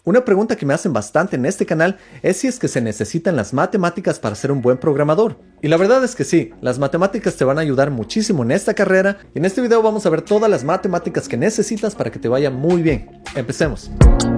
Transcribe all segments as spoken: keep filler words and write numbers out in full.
Una pregunta que me hacen bastante en este canal es si es que se necesitan las matemáticas para ser un buen programador. Y la verdad es que sí, las matemáticas te van a ayudar muchísimo en esta carrera y en este video vamos a ver todas las matemáticas que necesitas para que te vaya muy bien. Empecemos.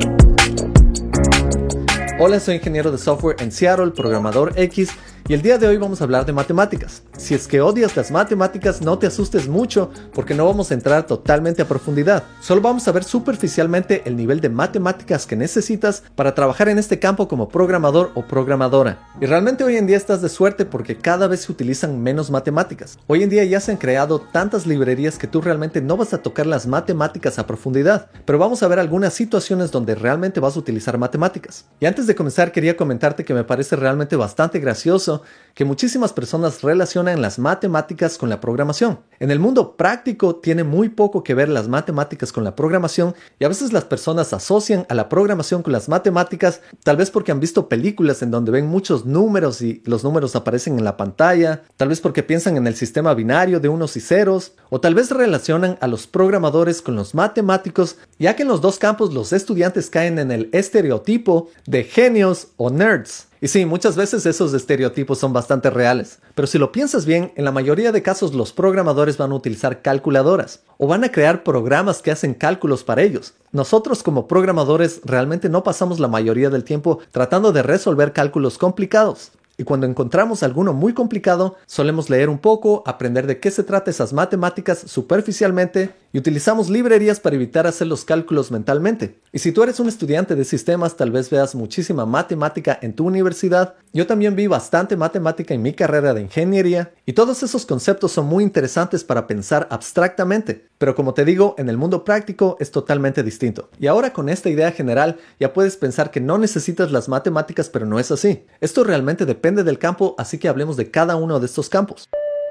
Hola, soy ingeniero de software en Seattle, programador X, y el día de hoy vamos a hablar de matemáticas. Si es que odias las matemáticas, no te asustes mucho porque no vamos a entrar totalmente a profundidad. Solo vamos a ver superficialmente el nivel de matemáticas que necesitas para trabajar en este campo como programador o programadora. Y realmente hoy en día estás de suerte porque cada vez se utilizan menos matemáticas. Hoy en día ya se han creado tantas librerías que tú realmente no vas a tocar las matemáticas a profundidad, pero vamos a ver algunas situaciones donde realmente vas a utilizar matemáticas. Y antes de comenzar quería comentarte que me parece realmente bastante gracioso que muchísimas personas relacionan las matemáticas con la programación. En el mundo práctico tiene muy poco que ver las matemáticas con la programación y a veces las personas asocian a la programación con las matemáticas, tal vez porque han visto películas en donde ven muchos números y los números aparecen en la pantalla, tal vez porque piensan en el sistema binario de unos y ceros, o tal vez relacionan a los programadores con los matemáticos, ya que en los dos campos los estudiantes caen en el estereotipo de genios o nerds. Y sí, muchas veces esos estereotipos son bastante reales, pero si lo piensas bien, en la mayoría de casos los programadores van a utilizar calculadoras o van a crear programas que hacen cálculos para ellos. Nosotros como programadores realmente no pasamos la mayoría del tiempo tratando de resolver cálculos complicados. Y cuando encontramos alguno muy complicado, solemos leer un poco, aprender de qué se trata esas matemáticas superficialmente y utilizamos librerías para evitar hacer los cálculos mentalmente. Y si tú eres un estudiante de sistemas, tal vez veas muchísima matemática en tu universidad. Yo también vi bastante matemática en mi carrera de ingeniería y todos esos conceptos son muy interesantes para pensar abstractamente. Pero como te digo, en el mundo práctico es totalmente distinto. Y ahora con esta idea general ya puedes pensar que no necesitas las matemáticas, pero no es así. Esto realmente depende del campo, así que hablemos de cada uno de estos campos.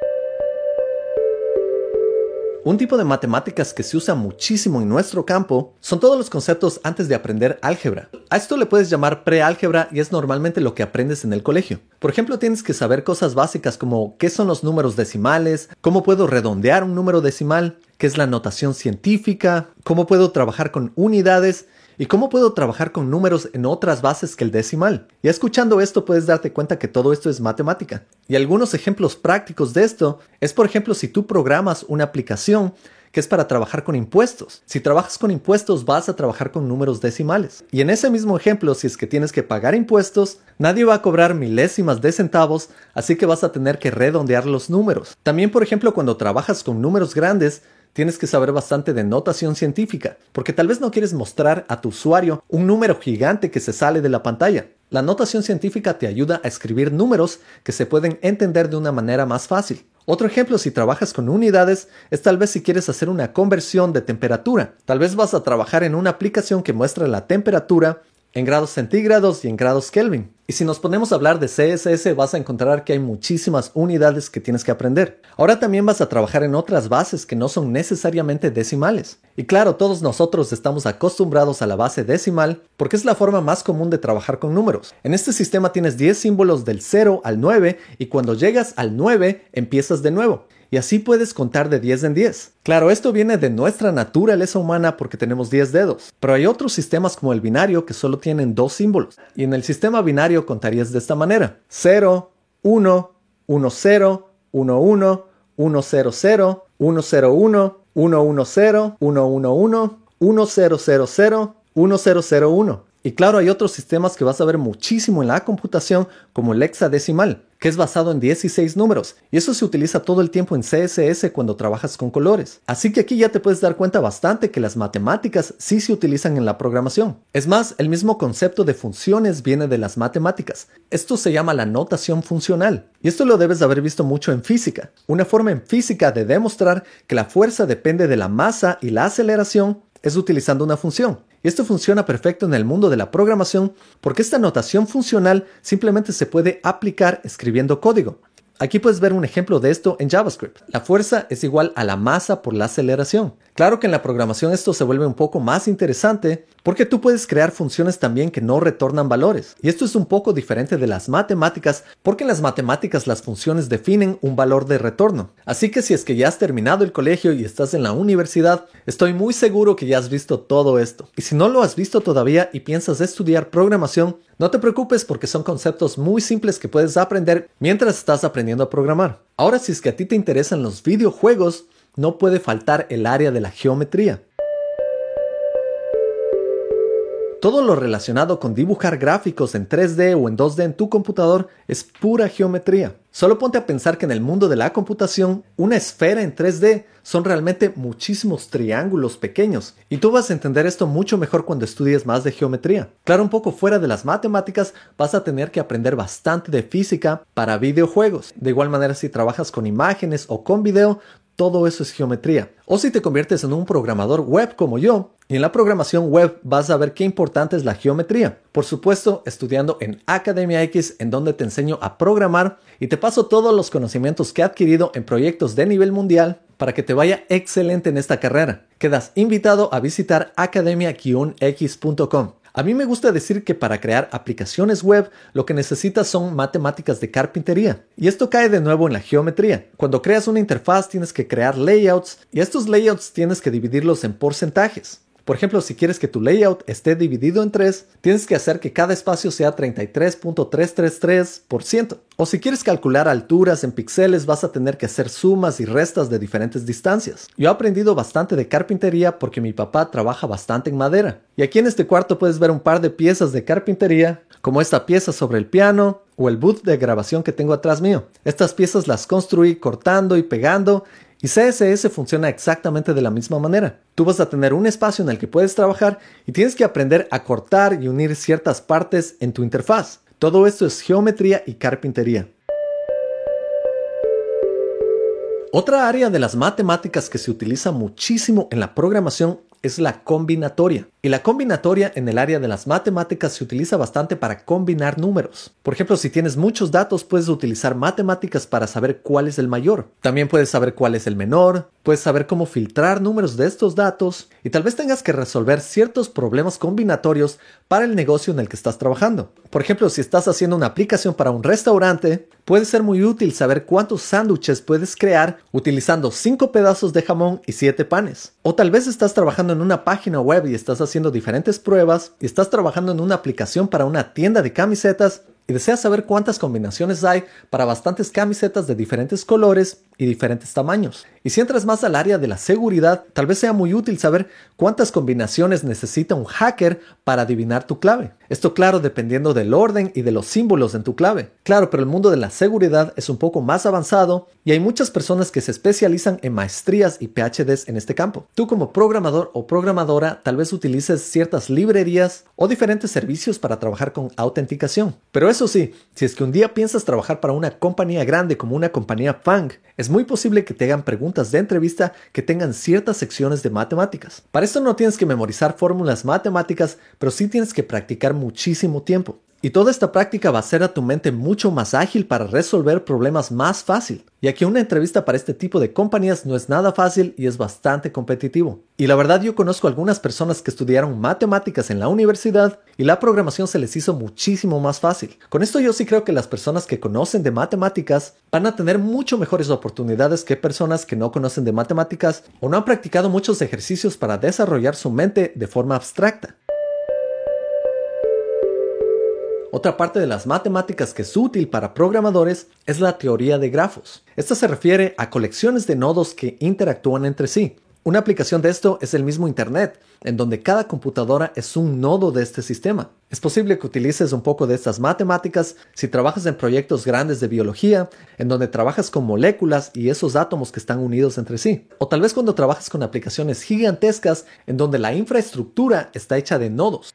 Un tipo de matemáticas que se usa muchísimo en nuestro campo son todos los conceptos antes de aprender álgebra. A esto le puedes llamar preálgebra y es normalmente lo que aprendes en el colegio. Por ejemplo, tienes que saber cosas básicas como qué son los números decimales, cómo puedo redondear un número decimal, qué es la notación científica, cómo puedo trabajar con unidades y cómo puedo trabajar con números en otras bases que el decimal. Y escuchando esto puedes darte cuenta que todo esto es matemática. Y algunos ejemplos prácticos de esto es, por ejemplo, si tú programas una aplicación que es para trabajar con impuestos. Si trabajas con impuestos vas a trabajar con números decimales. Y en ese mismo ejemplo, si es que tienes que pagar impuestos, nadie va a cobrar milésimas de centavos, así que vas a tener que redondear los números. También, por ejemplo, cuando trabajas con números grandes, tienes que saber bastante de notación científica, porque tal vez no quieres mostrar a tu usuario un número gigante que se sale de la pantalla. La notación científica te ayuda a escribir números que se pueden entender de una manera más fácil. Otro ejemplo, si trabajas con unidades, es tal vez si quieres hacer una conversión de temperatura. Tal vez vas a trabajar en una aplicación que muestra la temperatura en grados centígrados y en grados Kelvin. Y si nos ponemos a hablar de C S S, vas a encontrar que hay muchísimas unidades que tienes que aprender. Ahora también vas a trabajar en otras bases que no son necesariamente decimales. Y claro, todos nosotros estamos acostumbrados a la base decimal porque es la forma más común de trabajar con números. En este sistema tienes diez símbolos del cero al nueve y cuando llegas al nueve empiezas de nuevo. Y así puedes contar de diez en diez. Claro, esto viene de nuestra naturaleza humana porque tenemos diez dedos. Pero hay otros sistemas como el binario que solo tienen dos símbolos. Y en el sistema binario contarías de esta manera. cero, uno, uno, cero, uno, uno, uno, cero, cero, uno, cero, uno, uno, uno, cero, uno, uno, uno, uno, cero, cero, cero, uno, cero, cero, uno. Y claro, hay otros sistemas que vas a ver muchísimo en la computación como el hexadecimal, que es basado en dieciséis números, y eso se utiliza todo el tiempo en C S S cuando trabajas con colores. Así que aquí ya te puedes dar cuenta bastante que las matemáticas sí se utilizan en la programación. Es más, el mismo concepto de funciones viene de las matemáticas. Esto se llama la notación funcional, y esto lo debes de haber visto mucho en física. Una forma en física de demostrar que la fuerza depende de la masa y la aceleración es utilizando una función. Y esto funciona perfecto en el mundo de la programación porque esta notación funcional simplemente se puede aplicar escribiendo código. Aquí puedes ver un ejemplo de esto en JavaScript. La fuerza es igual a la masa por la aceleración. Claro que en la programación esto se vuelve un poco más interesante porque tú puedes crear funciones también que no retornan valores. Y esto es un poco diferente de las matemáticas porque en las matemáticas las funciones definen un valor de retorno. Así que si es que ya has terminado el colegio y estás en la universidad, estoy muy seguro que ya has visto todo esto. Y si no lo has visto todavía y piensas estudiar programación, no te preocupes porque son conceptos muy simples que puedes aprender mientras estás aprendiendo a programar. Ahora, si es que a ti te interesan los videojuegos, no puede faltar el área de la geometría. Todo lo relacionado con dibujar gráficos en tres D o en dos D en tu computador es pura geometría. Solo ponte a pensar que en el mundo de la computación, una esfera en tres D son realmente muchísimos triángulos pequeños. Y tú vas a entender esto mucho mejor cuando estudies más de geometría. Claro, un poco fuera de las matemáticas, vas a tener que aprender bastante de física para videojuegos. De igual manera, si trabajas con imágenes o con video, todo eso es geometría. O si te conviertes en un programador web como yo, y en la programación web vas a ver qué importante es la geometría. Por supuesto, estudiando en Academia X, en donde te enseño a programar y te paso todos los conocimientos que he adquirido en proyectos de nivel mundial para que te vaya excelente en esta carrera. Quedas invitado a visitar academia x punto com. A mí me gusta decir que para crear aplicaciones web lo que necesitas son matemáticas de carpintería. Y esto cae de nuevo en la geometría. Cuando creas una interfaz tienes que crear layouts y estos layouts tienes que dividirlos en porcentajes. Por ejemplo, si quieres que tu layout esté dividido en tres, tienes que hacer que cada espacio sea treinta y tres punto trescientos treinta y tres por ciento. O si quieres calcular alturas en píxeles, vas a tener que hacer sumas y restas de diferentes distancias. Yo he aprendido bastante de carpintería porque mi papá trabaja bastante en madera. Y aquí en este cuarto puedes ver un par de piezas de carpintería, como esta pieza sobre el piano o el booth de grabación que tengo atrás mío. Estas piezas las construí cortando y pegando. Y C S S funciona exactamente de la misma manera. Tú vas a tener un espacio en el que puedes trabajar y tienes que aprender a cortar y unir ciertas partes en tu interfaz. Todo esto es geometría y carpintería. Otra área de las matemáticas que se utiliza muchísimo en la programación es la combinatoria. Y la combinatoria en el área de las matemáticas se utiliza bastante para combinar números. Por ejemplo, si tienes muchos datos, puedes utilizar matemáticas para saber cuál es el mayor. También puedes saber cuál es el menor, puedes saber cómo filtrar números de estos datos y tal vez tengas que resolver ciertos problemas combinatorios para el negocio en el que estás trabajando. Por ejemplo, si estás haciendo una aplicación para un restaurante, puede ser muy útil saber cuántos sándwiches puedes crear utilizando cinco pedazos de jamón y siete panes. O tal vez estás trabajando en una página web y estás haciendo diferentes pruebas y estás trabajando en una aplicación para una tienda de camisetas y deseas saber cuántas combinaciones hay para bastantes camisetas de diferentes colores y diferentes tamaños. Y si entras más al área de la seguridad, tal vez sea muy útil saber cuántas combinaciones necesita un hacker para adivinar tu clave. Esto claro dependiendo del orden y de los símbolos en tu clave. Claro, pero el mundo de la seguridad es un poco más avanzado y hay muchas personas que se especializan en maestrías y P H Ds en este campo. Tú como programador o programadora tal vez utilices ciertas librerías o diferentes servicios para trabajar con autenticación. Pero eso sí, si es que un día piensas trabajar para una compañía grande como una compañía FANG, es muy posible que te hagan preguntas de entrevista que tengan ciertas secciones de matemáticas. Para esto no tienes que memorizar fórmulas matemáticas, pero sí tienes que practicar muchísimo tiempo. Y toda esta práctica va a hacer a tu mente mucho más ágil para resolver problemas más fácil, ya que una entrevista para este tipo de compañías no es nada fácil y es bastante competitivo. Y la verdad yo conozco algunas personas que estudiaron matemáticas en la universidad y la programación se les hizo muchísimo más fácil. Con esto yo sí creo que las personas que conocen de matemáticas van a tener mucho mejores oportunidades que personas que no conocen de matemáticas o no han practicado muchos ejercicios para desarrollar su mente de forma abstracta. Otra parte de las matemáticas que es útil para programadores es la teoría de grafos. Esta se refiere a colecciones de nodos que interactúan entre sí. Una aplicación de esto es el mismo Internet, en donde cada computadora es un nodo de este sistema. Es posible que utilices un poco de estas matemáticas si trabajas en proyectos grandes de biología, en donde trabajas con moléculas y esos átomos que están unidos entre sí. O tal vez cuando trabajas con aplicaciones gigantescas, en donde la infraestructura está hecha de nodos.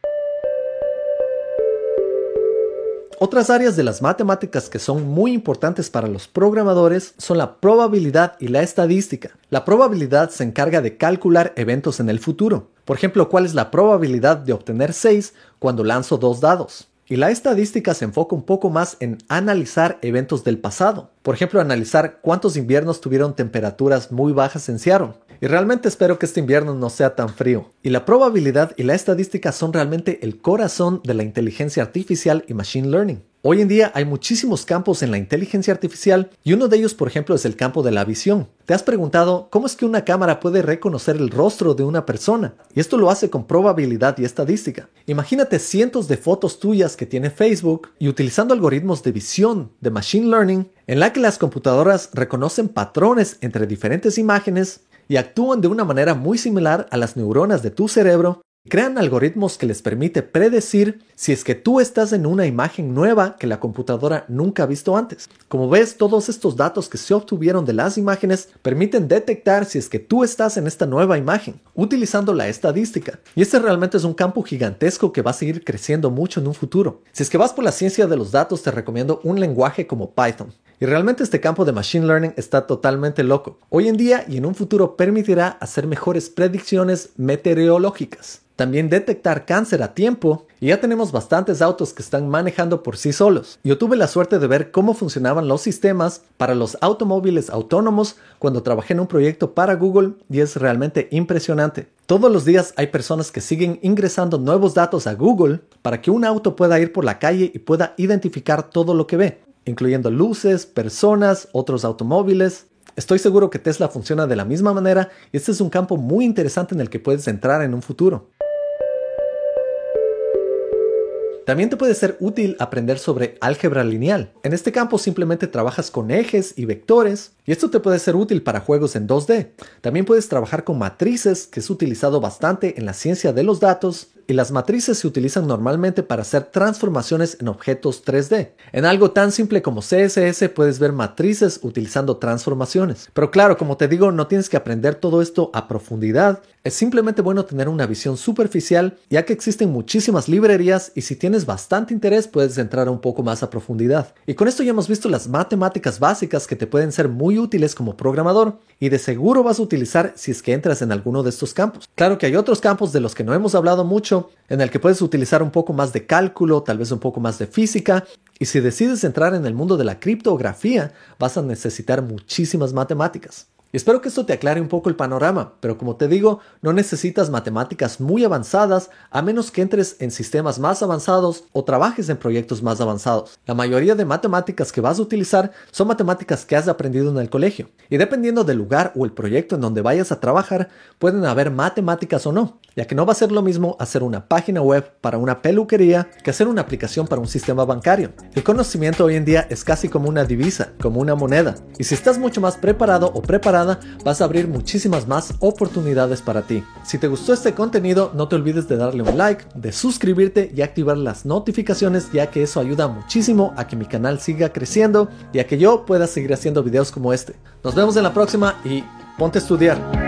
Otras áreas de las matemáticas que son muy importantes para los programadores son la probabilidad y la estadística. La probabilidad se encarga de calcular eventos en el futuro. Por ejemplo, ¿cuál es la probabilidad de obtener seis cuando lanzo dos dados? Y la estadística se enfoca un poco más en analizar eventos del pasado. Por ejemplo, analizar cuántos inviernos tuvieron temperaturas muy bajas en Seattle. Y realmente espero que este invierno no sea tan frío. Y la probabilidad y la estadística son realmente el corazón de la inteligencia artificial y machine learning. Hoy en día hay muchísimos campos en la inteligencia artificial y uno de ellos, por ejemplo, es el campo de la visión. ¿Te has preguntado cómo es que una cámara puede reconocer el rostro de una persona? Y esto lo hace con probabilidad y estadística. Imagínate cientos de fotos tuyas que tiene Facebook y utilizando algoritmos de visión de machine learning en la que las computadoras reconocen patrones entre diferentes imágenes y actúan de una manera muy similar a las neuronas de tu cerebro. Crean algoritmos que les permite predecir si es que tú estás en una imagen nueva que la computadora nunca ha visto antes. Como ves, todos estos datos que se obtuvieron de las imágenes permiten detectar si es que tú estás en esta nueva imagen, utilizando la estadística. Y este realmente es un campo gigantesco que va a seguir creciendo mucho en un futuro. Si es que vas por la ciencia de los datos, te recomiendo un lenguaje como Python. Y realmente este campo de Machine Learning está totalmente loco. Hoy en día y en un futuro permitirá hacer mejores predicciones meteorológicas. También detectar cáncer a tiempo, y ya tenemos bastantes autos que están manejando por sí solos. Yo tuve la suerte de ver cómo funcionaban los sistemas para los automóviles autónomos cuando trabajé en un proyecto para Google y es realmente impresionante. Todos los días hay personas que siguen ingresando nuevos datos a Google para que un auto pueda ir por la calle y pueda identificar todo lo que ve, incluyendo luces, personas, otros automóviles. Estoy seguro que Tesla funciona de la misma manera y este es un campo muy interesante en el que puedes entrar en un futuro. También te puede ser útil aprender sobre álgebra lineal. En este campo simplemente trabajas con ejes y vectores y esto te puede ser útil para juegos en dos D. También puedes trabajar con matrices, que es utilizado bastante en la ciencia de los datos, y las matrices se utilizan normalmente para hacer transformaciones en objetos tres D. En algo tan simple como C S S puedes ver matrices utilizando transformaciones. Pero claro, como te digo, no tienes que aprender todo esto a profundidad. Es simplemente bueno tener una visión superficial, ya que existen muchísimas librerías y si tienes bastante interés puedes entrar un poco más a profundidad. Y con esto ya hemos visto las matemáticas básicas que te pueden ser muy útiles como programador y de seguro vas a utilizar si es que entras en alguno de estos campos. Claro que hay otros campos de los que no hemos hablado mucho, en el que puedes utilizar un poco más de cálculo, tal vez un poco más de física, y si decides entrar en el mundo de la criptografía, vas a necesitar muchísimas matemáticas. Y espero que esto te aclare un poco el panorama, pero como te digo, no necesitas matemáticas muy avanzadas a menos que entres en sistemas más avanzados o trabajes en proyectos más avanzados. La mayoría de matemáticas que vas a utilizar son matemáticas que has aprendido en el colegio. Y dependiendo del lugar o el proyecto en donde vayas a trabajar, pueden haber matemáticas o no, ya que no va a ser lo mismo hacer una página web para una peluquería que hacer una aplicación para un sistema bancario. El conocimiento hoy en día es casi como una divisa, como una moneda. Y si estás mucho más preparado o preparada, vas a abrir muchísimas más oportunidades para ti. Si te gustó este contenido, no te olvides de darle un like, de suscribirte y activar las notificaciones, ya que eso ayuda muchísimo a que mi canal siga creciendo y a que yo pueda seguir haciendo videos como este. Nos vemos en la próxima y ponte a estudiar.